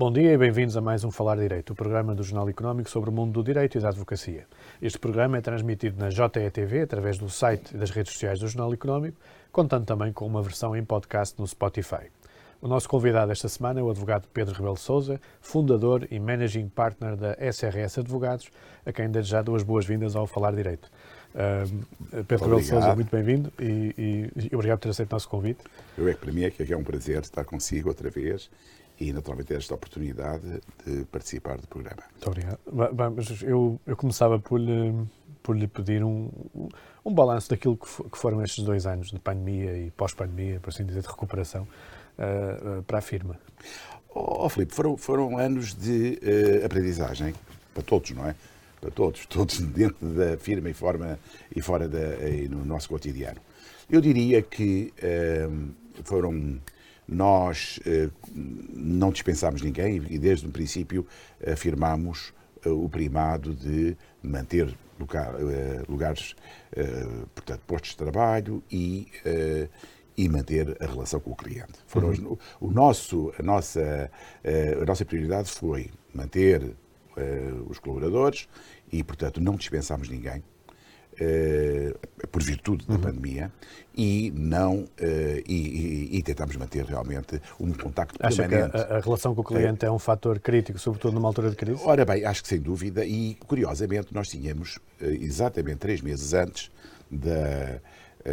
Bom dia e bem-vindos a mais um Falar Direito, o programa do Jornal Económico sobre o mundo do direito e da advocacia. Este programa é transmitido na JETV, através do site e das redes sociais do Jornal Económico, contando também com uma versão em podcast no Spotify. O nosso convidado esta semana é o advogado Pedro Rebelo de Sousa, fundador e managing partner da SRS Advogados, a quem desde já dou as boas-vindas ao Falar Direito. Pedro Rebelo de Sousa, muito bem-vindo e obrigado por ter aceito o nosso convite. Para mim é um prazer estar consigo outra vez e naturalmente ter esta oportunidade de participar do programa. Muito obrigado. Mas eu começava por lhe pedir um balanço daquilo que foram estes 2 anos de pandemia e pós-pandemia, por assim dizer, de recuperação para a firma. Filipe, foram anos de aprendizagem para todos, não é? Para todos dentro da firma e fora e no nosso cotidiano. Eu diria que nós não dispensámos ninguém e desde o princípio afirmámos o primado de manter lugares, portanto, postos de trabalho e manter a relação com o cliente. A nossa prioridade foi manter os colaboradores e, portanto, não dispensámos ninguém por virtude da pandemia e tentámos manter realmente um contacto permanente. Acha que a relação com o cliente é um fator crítico, sobretudo numa altura de crise? Ora bem, acho que sem dúvida e, curiosamente, nós tínhamos exatamente 3 meses antes da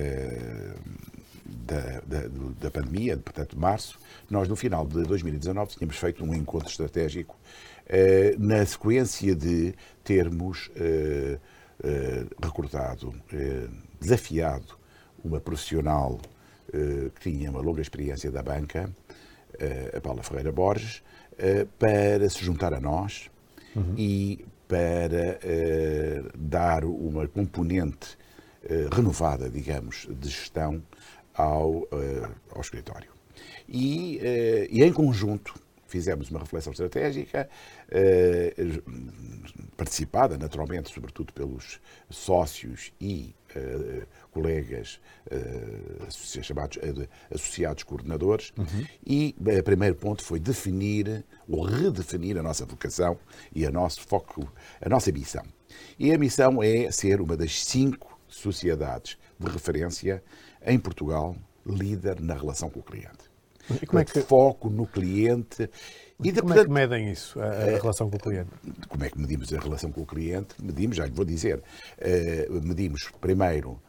pandemia, portanto, março, nós no final de 2019 tínhamos feito um encontro estratégico na sequência de termos recrutado, desafiado uma profissional que tinha uma longa experiência da banca, a Paula Ferreira Borges, para se juntar a nós e para dar uma componente renovada, digamos, de gestão ao escritório. E em conjunto fizemos uma reflexão estratégica, participada naturalmente, sobretudo pelos sócios e colegas chamados associados coordenadores, e o primeiro ponto foi definir ou redefinir a nossa vocação e o nosso foco, a nossa missão. E a missão é ser uma das 5 sociedades de referência em Portugal, líder na relação com o cliente. E como é que... Foco no cliente. Como é que medem isso, a relação com o cliente? Como é que medimos a relação com o cliente? Medimos, já lhe vou dizer, medimos primeiro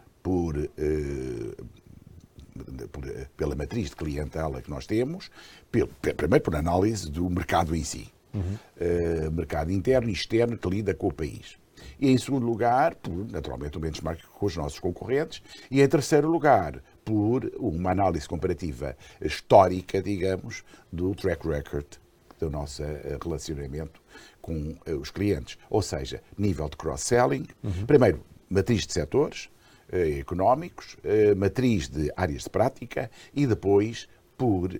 pela matriz de clientela que nós temos, primeiro por análise do mercado em si. Mercado interno e externo que lida com o país. E em segundo lugar, naturalmente, um benchmark com os nossos concorrentes. E em terceiro lugar, por uma análise comparativa histórica, digamos, do track record do nosso relacionamento com os clientes. Ou seja, nível de cross-selling. Primeiro, matriz de setores económicos, matriz de áreas de prática e depois por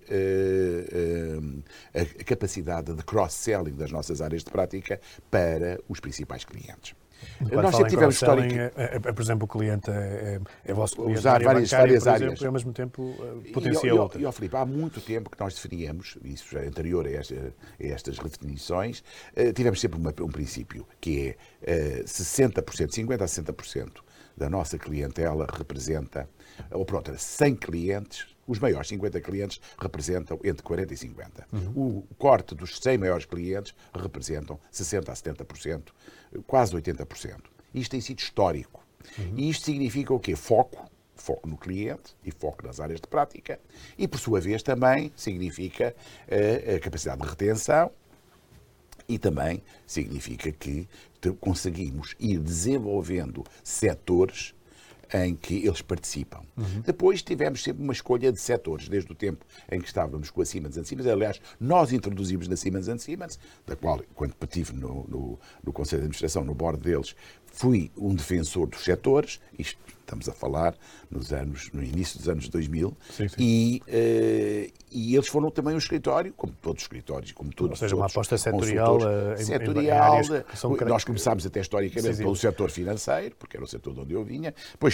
a capacidade de cross-selling das nossas áreas de prática para os principais clientes. Nós sempre tivemos histórico. Por exemplo, o cliente é vosso cliente. Usar várias áreas. Exemplo, e ao mesmo tempo potencia outra. E, Filipe, há muito tempo que nós definíamos, isso já é anterior a estas redefinições, tivemos sempre um princípio, que é 50% a 60% da nossa clientela representa, 100 clientes, os maiores 50 clientes representam entre 40% e 50%. O corte dos 100 maiores clientes representam 60% a 70%, quase 80%. Isto tem sido histórico. E isto significa o quê? Foco no cliente e foco nas áreas de prática e, por sua vez, também significa a capacidade de retenção e também significa que conseguimos ir desenvolvendo setores em que eles participam. Depois tivemos sempre uma escolha de setores, desde o tempo em que estávamos com a Siemens & Siemens. Aliás, nós introduzimos na Siemens & Siemens, da qual, quando estive no Conselho de Administração, no board deles, fui um defensor dos setores. Isto estamos a falar no início dos anos 2000. Sim, sim. E eles foram também um escritório, como todos os escritórios, como todos os outros. Ou seja, uma aposta setorial. Nós começámos até historicamente pelo setor financeiro, porque era o setor de onde eu vinha. Depois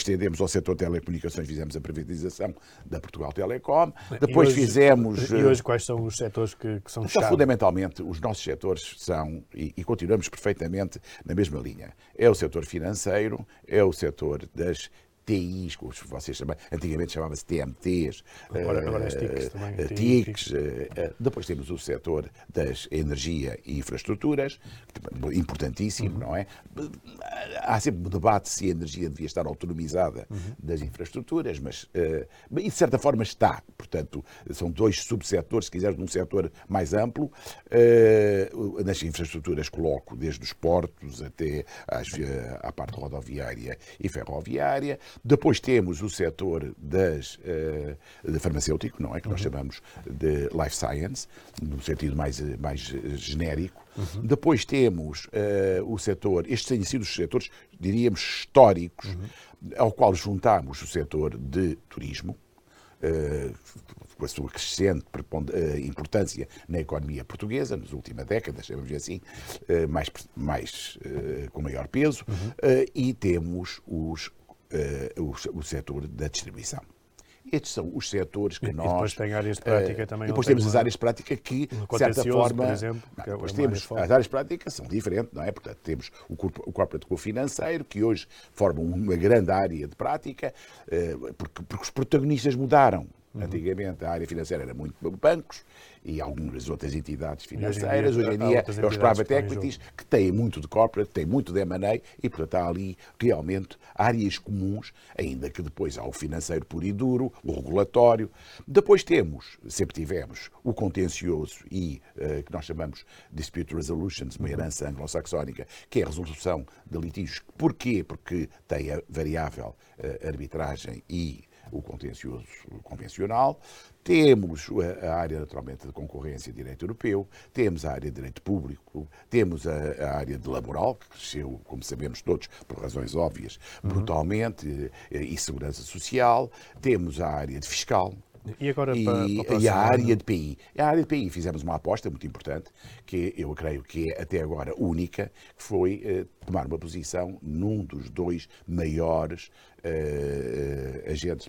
estendemos ao setor de telecomunicações, fizemos a privatização da Portugal Telecom. Depois fizemos... E hoje quais são os setores que são chave? Fundamentalmente, os nossos setores são, e continuamos perfeitamente na mesma linha, é o setor financeiro, é o setor das TIs, como vocês chamam, antigamente chamava-se TMTs, agora as TICs também. TICs. Depois temos o setor das energia e infraestruturas, importantíssimo, não é? Há sempre um debate se a energia devia estar autonomizada das infraestruturas, mas de certa forma está. Portanto, são dois subsetores, se quiseres, de um setor mais amplo. Nas infraestruturas coloco desde os portos até à parte rodoviária e ferroviária. Depois temos o setor de farmacêutico, não é? Que nós chamamos de life science, no sentido mais genérico. Depois temos o setor, estes têm sido os setores, diríamos, históricos, ao qual juntamos o setor de turismo, com a sua crescente importância na economia portuguesa, nas últimas décadas, chamamos assim, com maior peso, e temos o setor da distribuição. Estes são os setores que nós... E depois tem áreas de prática também. E depois temos as áreas de prática que, de certa forma... por exemplo. Depois temos as áreas de prática são diferentes, não é? Portanto, temos o corporate com o financeiro, que hoje formam uma grande área de prática, porque os protagonistas mudaram. Antigamente a área financeira era muito bancos e algumas outras entidades financeiras. Hoje em dia é os private equities que têm muito de corporate, têm muito de M&A e, portanto, há ali realmente áreas comuns, ainda que depois há o financeiro puro e duro, o regulatório. Depois sempre tivemos o contencioso e que nós chamamos Dispute Resolutions, uma herança anglo-saxónica, que é a resolução de litígios. Porquê? Porque tem a variável arbitragem e o contencioso convencional, temos a área, naturalmente, de concorrência e direito europeu, temos a área de direito público, temos a área de laboral, que cresceu, como sabemos todos, por razões óbvias, brutalmente, e segurança social, temos a área de fiscal, e agora e a área de PI. A área de PI fizemos uma aposta muito importante, que eu creio que é até agora única, que foi tomar uma posição num dos dois maiores agentes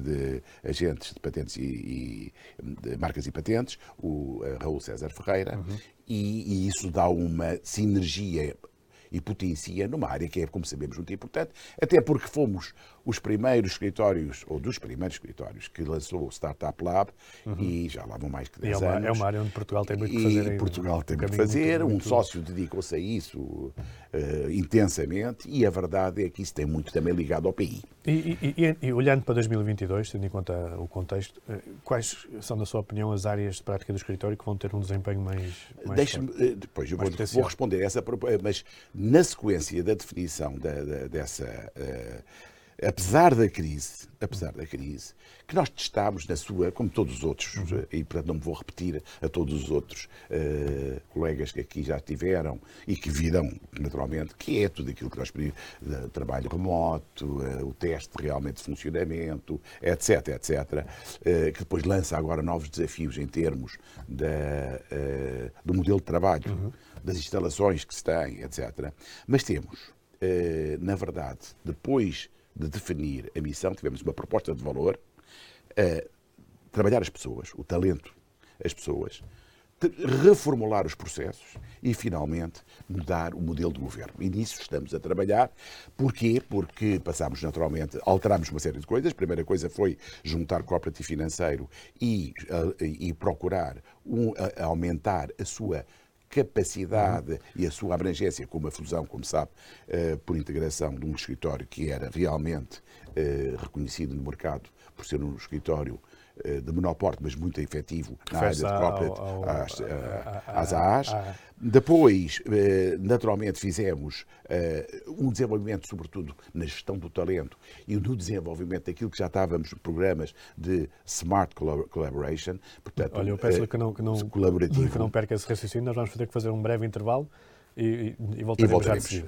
de patentes e de marcas e patentes, o Raul César Ferreira, e isso dá uma sinergia e potencia numa área que é, como sabemos, muito importante, até porque fomos os primeiros escritórios, ou dos primeiros escritórios, que lançou o Startup Lab, e já lá vão mais que 10 anos. É uma área onde Portugal tem muito que fazer. E Portugal tem muito que fazer, um sócio dedicou-se a isso intensamente, e a verdade é que isso tem muito também ligado ao PI. E olhando para 2022, tendo em conta o contexto, quais são, na sua opinião, as áreas de prática do escritório que vão ter um desempenho mais Deixe-me, depois eu vou responder essa, mas na sequência da definição dessa... Apesar da crise, que nós testámos na sua, como todos os outros, e portanto não me vou repetir a todos os outros colegas que aqui já tiveram e que virão, naturalmente, que é tudo aquilo que nós pedimos, trabalho remoto, o teste realmente de funcionamento, etc, que depois lança agora novos desafios em termos do modelo de trabalho, das instalações que se têm, etc. Mas temos, na verdade, depois de definir a missão, tivemos uma proposta de valor, trabalhar as pessoas, o talento, as pessoas, reformular os processos e, finalmente, mudar o modelo de governo. E nisso estamos a trabalhar. Porquê? Porque passámos, naturalmente, alterámos uma série de coisas. A primeira coisa foi juntar corporate e financeiro e procurar aumentar a sua capacidade e a sua abrangência com uma fusão, como sabe, por integração de um escritório que era realmente reconhecido no mercado por ser um escritório de menor porte, mas muito efetivo na área de corporate, às AAs. Depois, naturalmente, fizemos um desenvolvimento, sobretudo, na gestão do talento e no desenvolvimento daquilo que já estávamos em programas de Smart Collaboration. Portanto, olha, eu peço que não perca esse raciocínio. Nós vamos ter que fazer um breve intervalo e voltaremos já de seguida.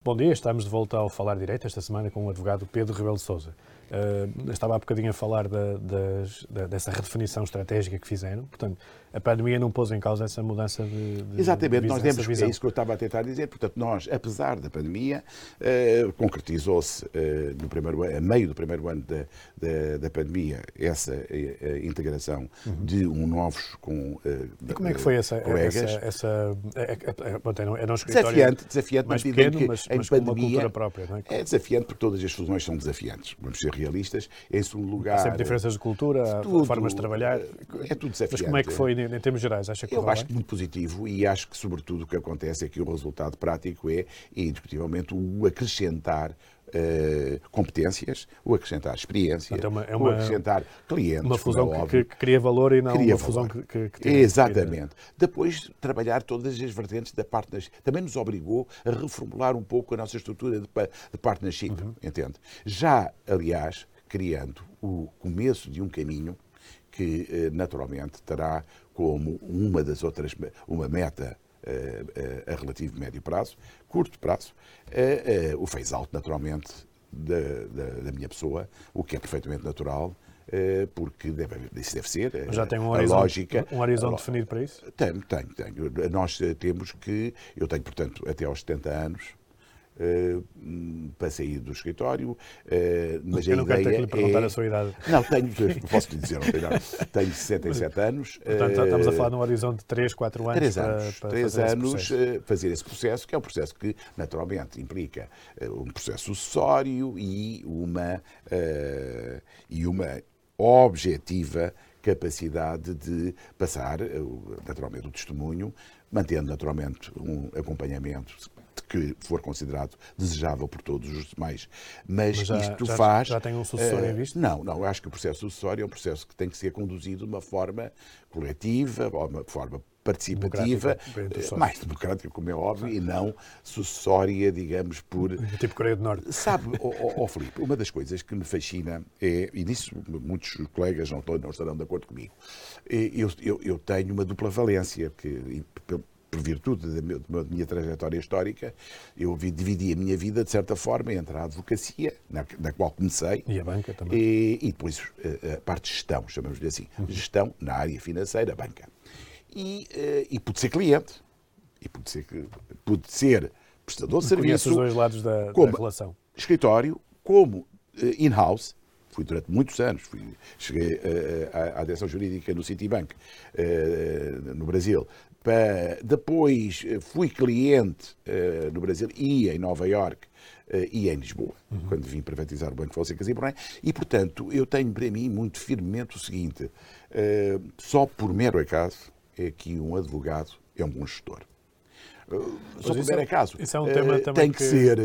Bom dia, estamos de volta ao Falar Direito, esta semana com o advogado Pedro Rebelo de Sousa. Estava há bocadinho a falar dessa redefinição estratégica que fizeram. Portanto, a pandemia não pôs em causa essa mudança de Exatamente, nós demos, visão. é isso que eu estava a tentar dizer. Portanto, nós, apesar da pandemia, concretizou-se a meio do primeiro ano da pandemia essa integração de novos com E como é que foi colegas. Era um escritório Desafiante mais na medida em pequeno, que mas com uma cultura própria, não é? É desafiante porque todas as fusões são desafiantes. Vamos ser realistas. Em segundo lugar... Há sempre diferenças de cultura, formas de trabalhar. É tudo desafiante. Mas como é que foi em termos gerais? Acha que Eu acho que muito positivo e acho que, sobretudo, o que acontece é que o resultado prático é, indiscutivelmente, o acrescentar competências, o acrescentar experiência, o acrescentar clientes. Uma fusão que cria valor e não uma fusão que tem... Exatamente. Depois, trabalhar todas as vertentes da partnership. Também nos obrigou a reformular um pouco a nossa estrutura de partnership, entende? Já, aliás, criando o começo de um caminho que, naturalmente, terá como uma meta a relativo médio prazo, curto prazo, o phase-out, naturalmente, da minha pessoa, o que é perfeitamente natural, porque isso deve ser já tem um horizonte definido para isso? Tenho. Nós temos que... Eu tenho, portanto, até aos 70 anos, para sair do escritório, mas eu não quero ter que lhe perguntar a sua idade. Não, posso lhe dizer, tenho 67 anos. Portanto, estamos a falar de um horizonte de 3, 4 anos. 3 anos fazer esse processo, que é um processo que, naturalmente, implica um processo sucessório e uma objetiva capacidade de passar, naturalmente, o testemunho, mantendo, naturalmente, um acompanhamento que for considerado desejável por todos os demais. Mas isto faz... Já tem um sucessor em vista? Não, eu acho que o processo sucessório é um processo que tem que ser conduzido de uma forma coletiva, ou uma forma participativa, mais democrática, como é óbvio, e não sucessória, digamos, por... Tipo Coreia do Norte. Sabe, Filipe, uma das coisas que me fascina é, e nisso muitos colegas não estarão de acordo comigo, eu tenho uma dupla valência, que por virtude da minha trajetória histórica, eu dividi a minha vida, de certa forma, entre a advocacia, na qual comecei, e a banca também, e depois a parte de gestão, chamamos-lhe assim, gestão na área financeira, banca. E pude ser cliente, e pude ser prestador de serviço. Conhece os dois lados da relação. Escritório, como in-house. Fui durante muitos anos, cheguei à direção jurídica no Citibank, no Brasil. Depois fui cliente no Brasil e em Nova Iorque e em Lisboa, quando vim privatizar o Banco Fonseca e Borrém. E, portanto, eu tenho para mim muito firmemente o seguinte, só por mero acaso é que um advogado é um bom gestor. Só por mero acaso. Isso é um tema também tem que ser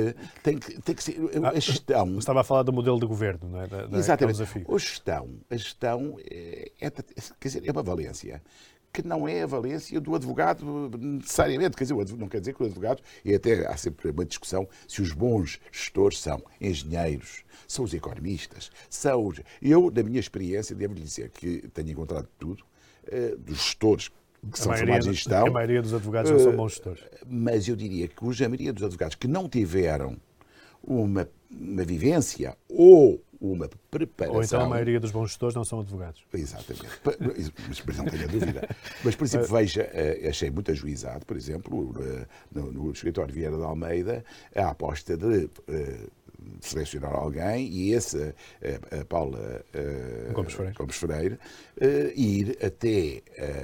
a gestão. Estava a falar do modelo de governo, não é? Exatamente. Desafio. A gestão quer dizer, é uma valência que não é a valência do advogado necessariamente. Quer dizer, não quer dizer que o advogado, e até há sempre uma discussão se os bons gestores são engenheiros, são os economistas, Eu, na minha experiência, devo-lhe dizer que tenho encontrado tudo, dos gestores que são formados em gestão. A maioria dos advogados não são bons gestores. Mas eu diria que a maioria dos advogados que não tiveram uma vivência ou uma preparação... Ou então a maioria dos bons gestores não são advogados. Exatamente. Mas não tenho a dúvida. Mas, por exemplo, veja, achei muito ajuizado, por exemplo, no escritório Vieira de Almeida, a aposta de selecionar alguém e a Paula Gomes Freire, ir até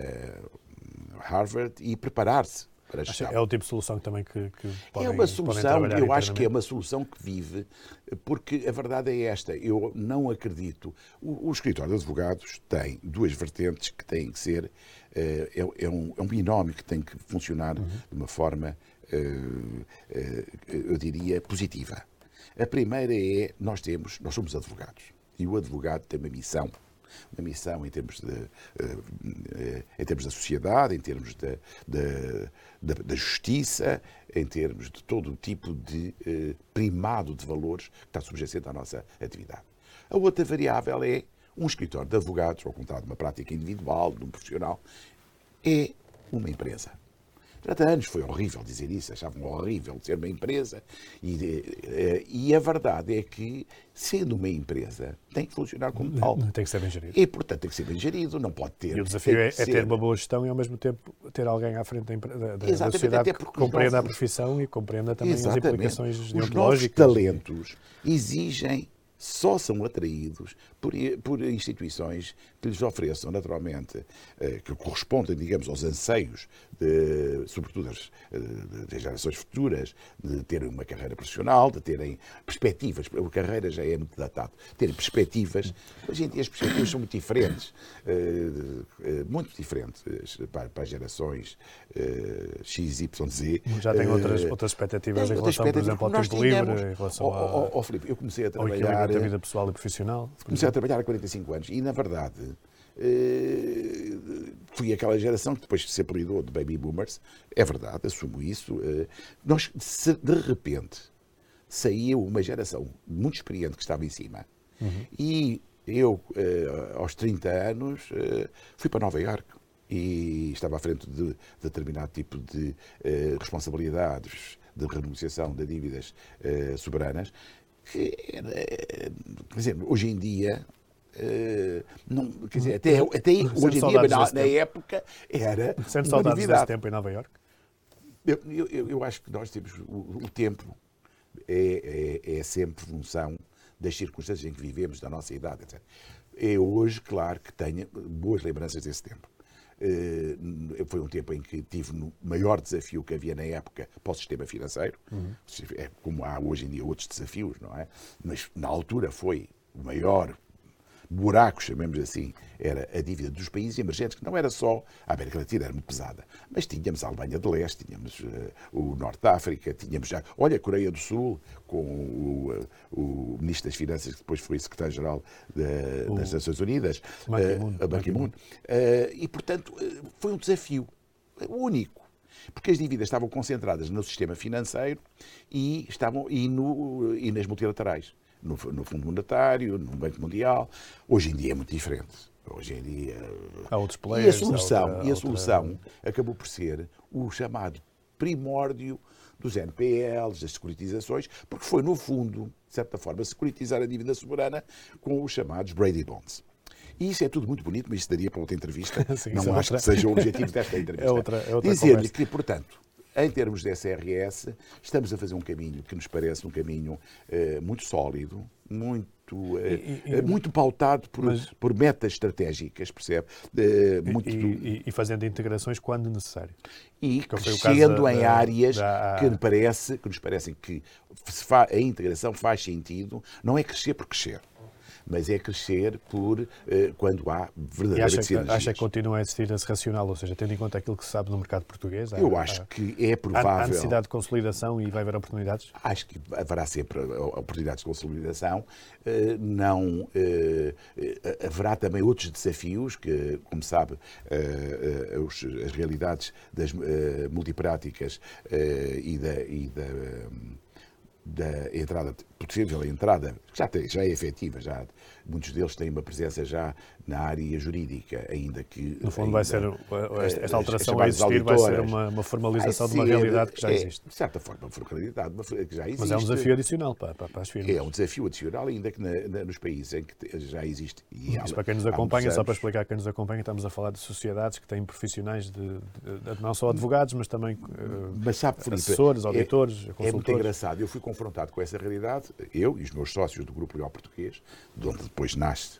Harvard e preparar-se para a gestão. É o tipo de solução também que podem, é uma solução, eu acho que é uma solução que vive, porque a verdade é esta, eu não acredito. O escritório de advogados tem duas vertentes que têm que ser, é um binómio que tem que funcionar de uma forma, eu diria, positiva. A primeira é, nós somos advogados, e o advogado tem uma missão em termos da sociedade, em termos da justiça, em termos de todo o tipo de primado de valores que está subjacente à nossa atividade. A outra variável é um escritório de advogados, ao contrário de uma prática individual, de um profissional, é uma empresa. Durante anos foi horrível dizer isso, achavam horrível ser uma empresa. E a verdade é que, sendo uma empresa, tem que funcionar como tal. Tem que ser bem gerido. E, portanto, tem que ser bem gerido, não pode ter... E o desafio é ter uma boa gestão e, ao mesmo tempo, ter alguém à frente da sociedade que compreenda a profissão e compreenda também as implicações deontológicas. Os novos talentos exigem, só são atraídos por instituições que lhes ofereçam, naturalmente, que correspondem, digamos, aos anseios, sobretudo das gerações futuras, de terem uma carreira profissional, de terem perspectivas. A carreira já é muito datado. Terem perspectivas. Hoje em dia as perspectivas são muito diferentes. Muito diferentes para as gerações X, Y, Z. Já tem outras expectativas em relação, por exemplo, ao tempo livre, em relação ao Filipe, eu comecei a trabalhar... da vida pessoal e profissional. Comecei a trabalhar há 45 anos e, na verdade, fui aquela geração que depois se apelidou de Baby Boomers. É verdade, assumo isso. De repente, saiu uma geração muito experiente que estava em cima. E eu, aos 30 anos, fui para Nova Iorque e estava à frente de determinado tipo de responsabilidades de renegociação de dívidas soberanas. Quer dizer, hoje em dia, não, quer dizer, até hoje em dia, na época, era Sente uma saudades novidade. desse tempo em Nova Iorque? Eu acho que nós temos o tempo é sempre função das circunstâncias em que vivemos, da nossa idade, etc. Eu hoje, claro, que tenho boas lembranças desse tempo. Foi um tempo em que tive no maior desafio que havia na época para o sistema financeiro, como há hoje em dia outros desafios, não é? Mas na altura foi o maior buraco, chamemos assim, era a dívida dos países emergentes, que não era só a América Latina, era muito pesada, mas tínhamos a Alemanha de Leste, tínhamos o Norte de África, tínhamos já, olha, a Coreia do Sul, com o Ministro das Finanças, que depois foi Secretário-Geral das Nações Unidas, Ban Ki-moon. E, portanto, foi um desafio único, porque as dívidas estavam concentradas no sistema financeiro e nas multilaterais. No Fundo Monetário, no Banco Mundial. Hoje em dia é muito diferente. Hoje em dia... Há outros players, a solução acabou por ser o chamado primórdio dos NPLs, das securitizações, porque foi, no fundo, de certa forma, securitizar a dívida soberana com os chamados Brady Bonds. E isso é tudo muito bonito, mas isso daria para outra entrevista. Sim, não acho que seja o objetivo desta entrevista. É outra Dizer-lhe que, portanto, em termos de SRS, estamos a fazer um caminho que nos parece um caminho muito sólido, muito pautado por metas estratégicas, percebe? E fazendo integrações quando necessário. E crescendo em áreas que nos parecem que a integração faz sentido, não é crescer por crescer, mas é crescer quando há verdadeiramente sinergias. Acha que continua a existir esse racional, ou seja, tendo em conta aquilo que se sabe no mercado português? Eu acho que é provável. Há necessidade de consolidação e vai haver oportunidades? Acho que haverá sempre oportunidades de consolidação. Haverá também outros desafios que, como sabe, as realidades das multipráticas da entrada, possível entrada, que já é efetiva, já muitos deles têm uma presença já na área jurídica, ainda que... No fundo vai ser, esta alteração a existir vai ser uma formalização de uma realidade que já existe. De certa forma, uma formalidade que já existe. Mas é um desafio adicional para as firmas. É um desafio adicional, ainda que nos países em que já existe. Isso para quem nos acompanha, só para explicar quem nos acompanha, estamos a falar de sociedades que têm profissionais, não só advogados, mas também assessores, auditores, consultores. É muito engraçado. Eu fui confrontado com essa realidade, eu e os meus sócios do Grupo Legal Português, de onde depois nasce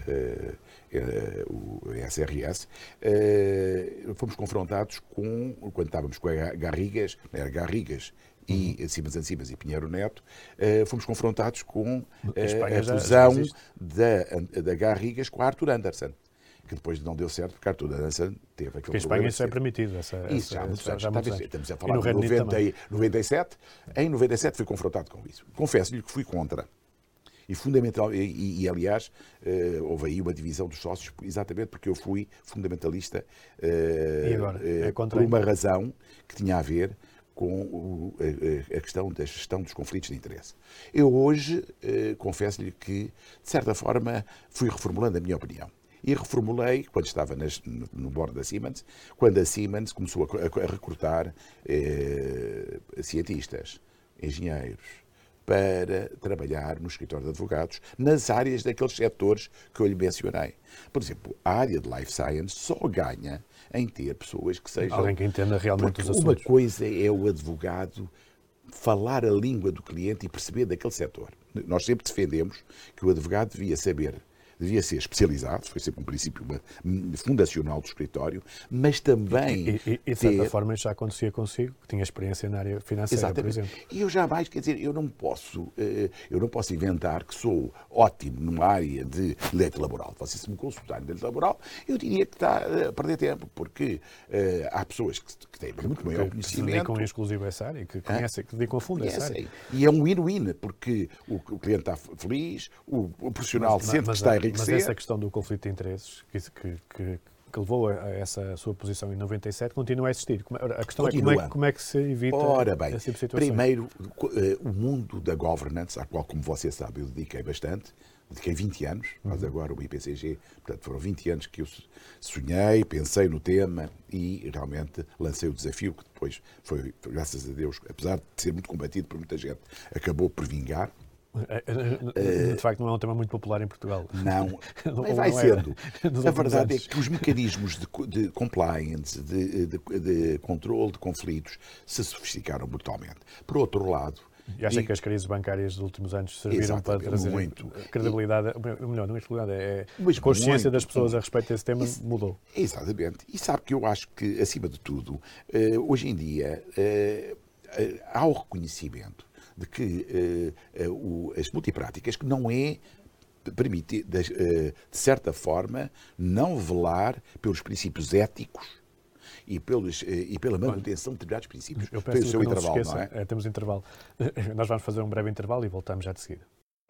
o SRS, fomos confrontados quando estávamos com a Garrigas e Simas e Pinheiro Neto, fomos confrontados com a fusão da Garrigas com a Arthur Andersen, que depois não deu certo, porque Arthur Andersen teve aquele problema. Em Espanha isso é permitido. Isso já há muitos anos. Estamos a falar de 97. Em 97 fui confrontado com isso. Confesso-lhe que fui contra. E fundamental, aliás, houve aí uma divisão dos sócios, exatamente porque eu fui fundamentalista por uma razão que tinha a ver com a questão da gestão dos conflitos de interesse. Eu hoje confesso-lhe que, de certa forma, fui reformulando a minha opinião. e reformulei, quando estava no board da Siemens, quando a Siemens começou a recrutar cientistas, engenheiros, para trabalhar no escritório de advogados, nas áreas daqueles setores que eu lhe mencionei. Por exemplo, a área de Life Science só ganha em ter pessoas que sejam... Alguém que entenda realmente os assuntos. Uma coisa é o advogado falar a língua do cliente e perceber daquele setor. Nós sempre defendemos que o advogado devia ser especializado, foi sempre um princípio fundacional do escritório, mas também... E de certa forma já acontecia consigo, que tinha experiência na área financeira, Exatamente. por exemplo. E eu jamais, quer dizer, eu não posso inventar que sou ótimo numa área de direito laboral. Se me consultar em direito laboral, eu diria que está a perder tempo, porque há pessoas que têm muito maior conhecimento. Que se dedicam em exclusivo a essa área, que conhecem, que dedicam a fundo a essa área. E é um win-win, porque o cliente está feliz, o profissional sente que está a enriquecer. Mas essa questão do conflito de interesses que levou a essa sua posição em 97 continua a existir. A questão é como é que se evita esse tipo de situações? Primeiro, o mundo da governance, à qual, como você sabe, eu dediquei 20 anos, faz agora o IPCG, portanto foram 20 anos que eu sonhei, pensei no tema e realmente lancei o desafio, que depois foi, graças a Deus, apesar de ser muito combatido por muita gente, acabou por vingar. De facto, não é um tema muito popular em Portugal. Não, mas vai sendo. A verdade é que os mecanismos de compliance, de controle de conflitos, se sofisticaram brutalmente. Por outro lado... E acha que as crises bancárias dos últimos anos serviram para trazer credibilidade, melhor, não é credibilidade, é a consciência das pessoas a respeito desse tema mudou. Exatamente. E sabe que eu acho que, acima de tudo, hoje em dia, há o reconhecimento de que as multipráticas, que não é permitir, de certa forma, não velar pelos princípios éticos e pela manutenção de determinados princípios. Eu peço que não se esqueça, não é? Temos intervalo. Nós vamos fazer um breve intervalo e voltamos já de seguida.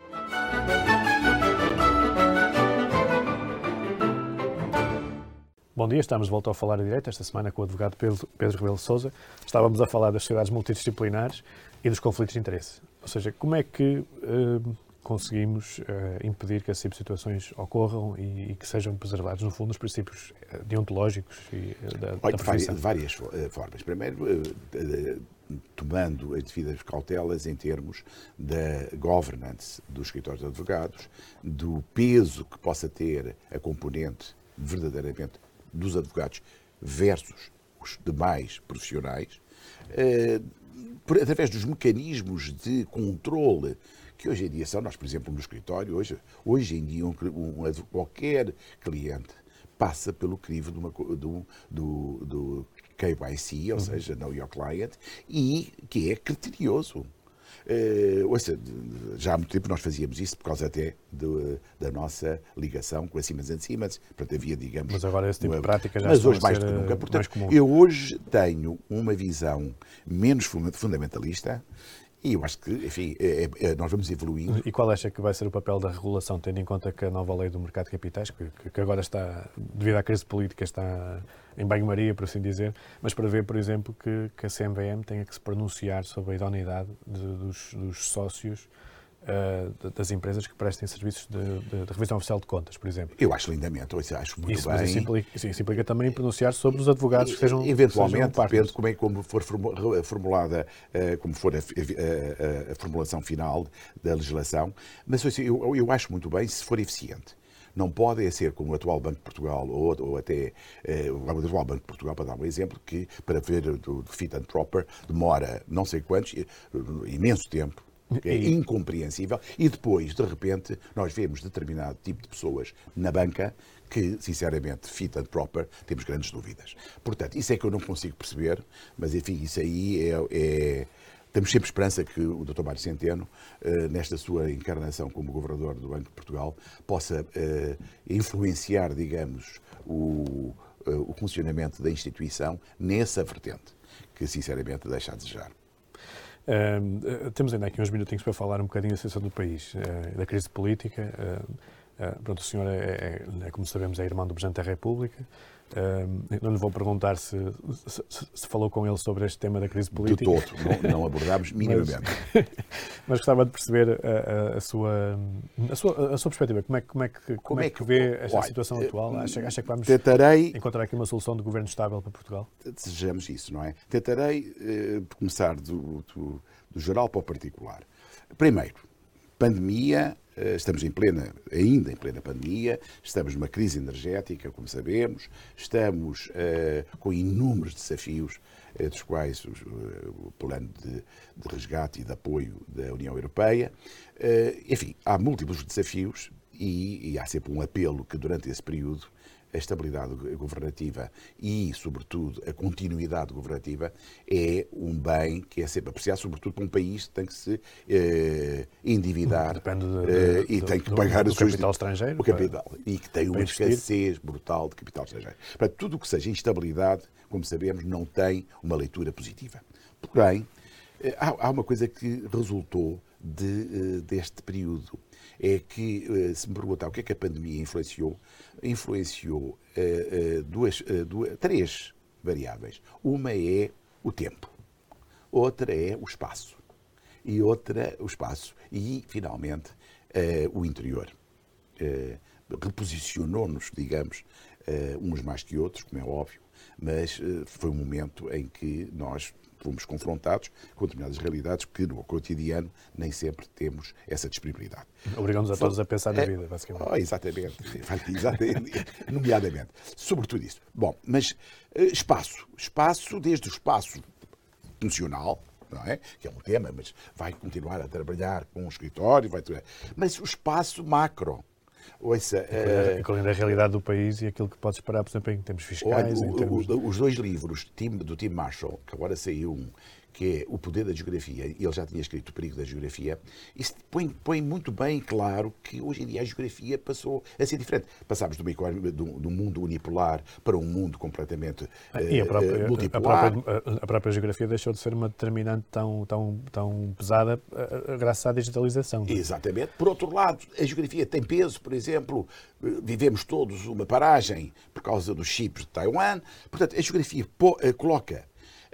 Bom dia, estamos de volta ao Falar em Direito, esta semana com o advogado Pedro Rebelo de Sousa. Estávamos a falar das sociedades multidisciplinares e dos conflitos de interesse. Ou seja, como é que conseguimos impedir que esse tipo de situações ocorram e que sejam preservados, no fundo, os princípios deontológicos e da profissão? De várias formas. Primeiro, tomando as devidas cautelas em termos da governance dos escritórios de advogados, do peso que possa ter a componente verdadeiramente dos advogados versus os demais profissionais, através dos mecanismos de controle que hoje em dia são. Nós, por exemplo, no escritório, hoje em dia, qualquer cliente passa pelo crivo do KYC, ou seja, Know Your Client, e que é criterioso. Já há muito tempo nós fazíamos isso por causa até da nossa ligação com a Siemens & Siemens, portanto havia, digamos... Mas agora esse tipo de prática já hoje mais do que nunca. Portanto, eu hoje tenho uma visão menos fundamentalista e eu acho que, enfim, nós vamos evoluindo. E qual acha que vai ser o papel da regulação, tendo em conta que a nova lei do mercado de capitais, que agora está, devido à crise política, está em banho-maria, por assim dizer, mas prevê, por exemplo, que a CMVM tenha que se pronunciar sobre a idoneidade dos sócios das empresas que prestem serviços de revisão oficial de contas, por exemplo. Eu acho lindamente, acho muito bem. Mas isso implica também pronunciar sobre os advogados que sejam eventualmente, depende como for formulada, como for a formulação final da legislação, mas eu acho muito bem se for eficiente. Não pode ser como o atual Banco de Portugal ou até o atual Banco de Portugal, para dar um exemplo, que para ver o fit and proper demora não sei quantos, imenso tempo. É incompreensível. E depois, de repente, nós vemos determinado tipo de pessoas na banca que, sinceramente, fit and proper, temos grandes dúvidas. Portanto, isso é que eu não consigo perceber, mas, enfim, isso aí Temos sempre esperança que o Dr. Mário Centeno, nesta sua encarnação como Governador do Banco de Portugal, possa influenciar, digamos, o funcionamento da instituição nessa vertente, que, sinceramente, deixa a desejar. Temos ainda aqui uns minutinhos para falar um bocadinho da situação do país, da crise política. Pronto, o senhor como sabemos, é irmão do Presidente da República. Não lhe vou perguntar se falou com ele sobre este tema da crise política. De todo, não abordámos minimamente. Mas gostava de perceber a sua perspectiva. Como é que vê esta situação atual? Acha que vamos encontrar aqui uma solução de governo estável para Portugal? Desejamos isso, não é? Tentarei começar do geral para o particular. Primeiro, pandemia. Estamos ainda em plena pandemia, estamos numa crise energética, como sabemos, estamos com inúmeros desafios, dos quais o plano de resgate e de apoio da União Europeia. Enfim, há múltiplos desafios e há sempre um apelo que durante esse período a estabilidade governativa e, sobretudo, a continuidade governativa é um bem que é sempre apreciado, sobretudo para um país que tem que se endividar e tem que pagar o capital estrangeiro. O capital, e que tem uma escassez brutal de capital estrangeiro. Portanto, tudo o que seja instabilidade, como sabemos, não tem uma leitura positiva. Porém, há uma coisa que resultou deste período. É que, se me perguntar o que é que a pandemia influenciou três variáveis. Uma é o tempo, outra é o espaço e, finalmente, o interior. Reposicionou-nos, digamos, uns mais que outros, como é óbvio, mas foi um momento em que nós fomos confrontados com determinadas realidades que no cotidiano nem sempre temos essa disponibilidade. Obrigamos a todos a pensar na vida, basicamente. Exatamente, nomeadamente. Sobretudo isso. Bom, mas espaço, desde o espaço funcional, não é? Que é um tema, mas vai continuar a trabalhar com o escritório, mas o espaço macro. Incluindo a realidade do país e aquilo que pode esperar, por exemplo, em termos fiscais. Os dois livros do Tim Marshall, que agora saiu que é O Poder da Geografia, e ele já tinha escrito O Perigo da Geografia, isso põe muito bem claro que hoje em dia a geografia passou a ser diferente. Passámos do mundo unipolar para um mundo completamente multipolar. A própria geografia deixou de ser uma determinante tão pesada graças à digitalização. Exatamente. Por outro lado, a geografia tem peso, por exemplo, vivemos todos uma paragem por causa dos chips de Taiwan. Portanto, a geografia coloca.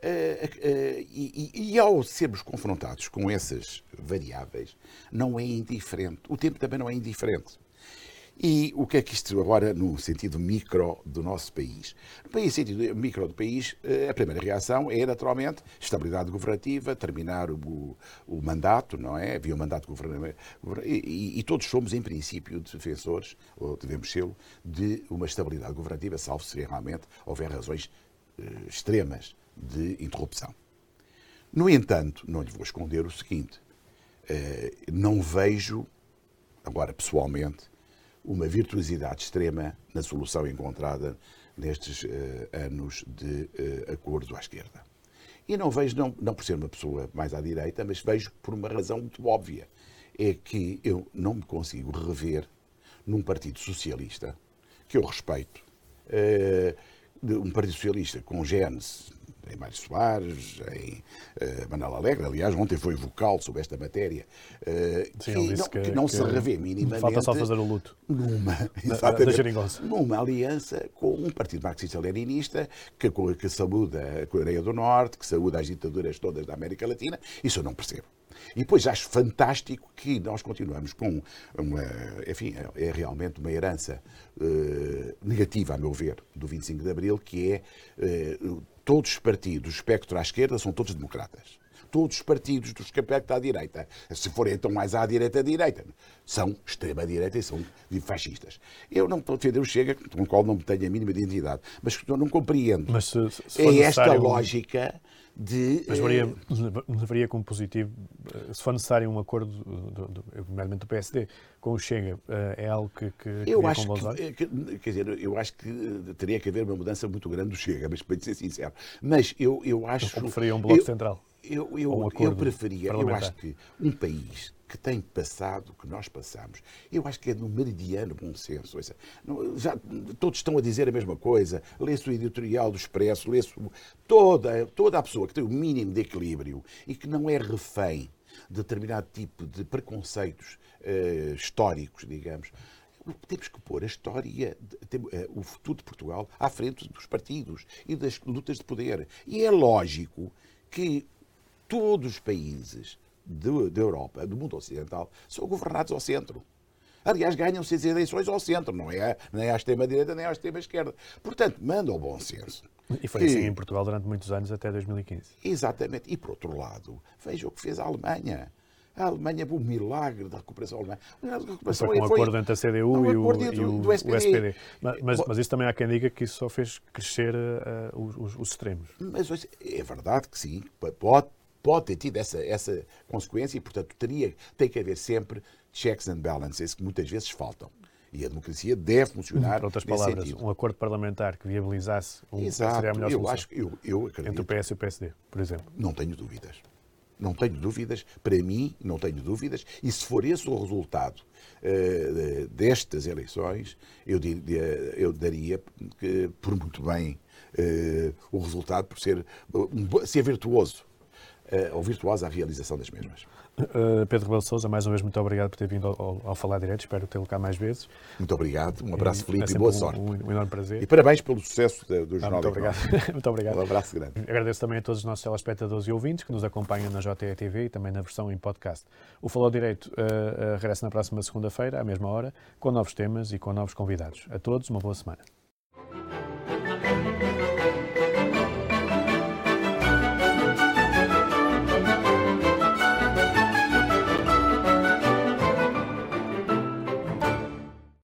E ao sermos confrontados com essas variáveis, não é indiferente. O tempo também não é indiferente. E o que é que isto agora, no sentido micro do nosso país? No sentido micro do país, a primeira reação é, naturalmente, estabilidade governativa, terminar o mandato, não é? Havia um mandato governamental. E todos somos, em princípio, defensores, ou devemos ser, de uma estabilidade governativa, salvo se realmente houver razões extremas de interrupção. No entanto, não lhe vou esconder o seguinte, não vejo, agora pessoalmente, uma virtuosidade extrema na solução encontrada nestes anos de acordo à esquerda. E não vejo, não por ser uma pessoa mais à direita, mas vejo por uma razão muito óbvia, é que eu não me consigo rever num Partido Socialista, que eu respeito, um Partido Socialista com genes em Mário Soares, em Manuel Alegre, aliás, ontem foi vocal sobre esta matéria, que não se revê minimamente. Falta só fazer o luto. Numa aliança com um partido marxista-leninista que saúda a Coreia do Norte, que saúda as ditaduras todas da América Latina. Isso eu não percebo. E depois acho fantástico que nós continuamos com enfim, é realmente uma herança negativa, a meu ver, do 25 de Abril, que é todos os partidos do espectro à esquerda são todos democratas. Todos os partidos do espectro à direita, se forem então mais à direita, são extrema-direita e são fascistas. Eu não estou a defender o Chega, com o qual não tenho a mínima identidade, mas eu não compreendo. Mas se esta lógica de... Mas levaria como positivo, se for necessário um acordo, primeiramente do PSD, com o Chega, é algo que eu acho eu acho que teria que haver uma mudança muito grande do Chega, mas para ser sincero. Mas eu acho... Ou preferia um bloco central? Eu preferia, eu acho que um país que tem passado, que nós passamos, eu acho que é no meridiano bom senso. Já, todos estão a dizer a mesma coisa, lê-se o editorial do Expresso, lê-se toda a pessoa que tem o mínimo de equilíbrio e que não é refém de determinado tipo de preconceitos históricos, digamos. Temos que pôr a história, o futuro de Portugal à frente dos partidos e das lutas de poder. E é lógico que todos os países da Europa, do mundo ocidental, são governados ao centro. Aliás, ganham-se as eleições ao centro, não é nem à extrema-direita nem à extrema-esquerda. Portanto, manda o bom senso. E foi assim em Portugal durante muitos anos, até 2015. Exatamente. E, por outro lado, veja o que fez a Alemanha. A Alemanha, o milagre da recuperação alemã. Foi com um acordo entre a CDU e o SPD. Mas Mas isso também há quem diga que isso só fez crescer os extremos. Mas é verdade que sim, pode ter tido essa consequência e, portanto, tem que haver sempre checks and balances que muitas vezes faltam. E a democracia deve funcionar Por outras nesse palavras, sentido. um acordo parlamentar que viabilizasse seria a melhor solução. Eu acredito. Entre o PS e o PSD, por exemplo. Não tenho dúvidas. Não tenho dúvidas. Para mim, não tenho dúvidas. E se for esse o resultado destas eleições, eu daria que, por muito bem, o resultado por ser virtuoso. Ou virtuosa a realização das mesmas. Pedro Rebelo de Sousa, mais uma vez, muito obrigado por ter vindo ao Falar Direito. Espero tê-lo cá mais vezes. Muito obrigado. Um abraço, Filipe, e boa sorte. Um enorme prazer. E parabéns pelo sucesso do Jornal Muito obrigado. Muito obrigado. Um abraço grande. Agradeço também a todos os nossos telespectadores e ouvintes que nos acompanham na JTV e também na versão em podcast. O Falou Direito regressa na próxima segunda-feira, à mesma hora, com novos temas e com novos convidados. A todos, uma boa semana.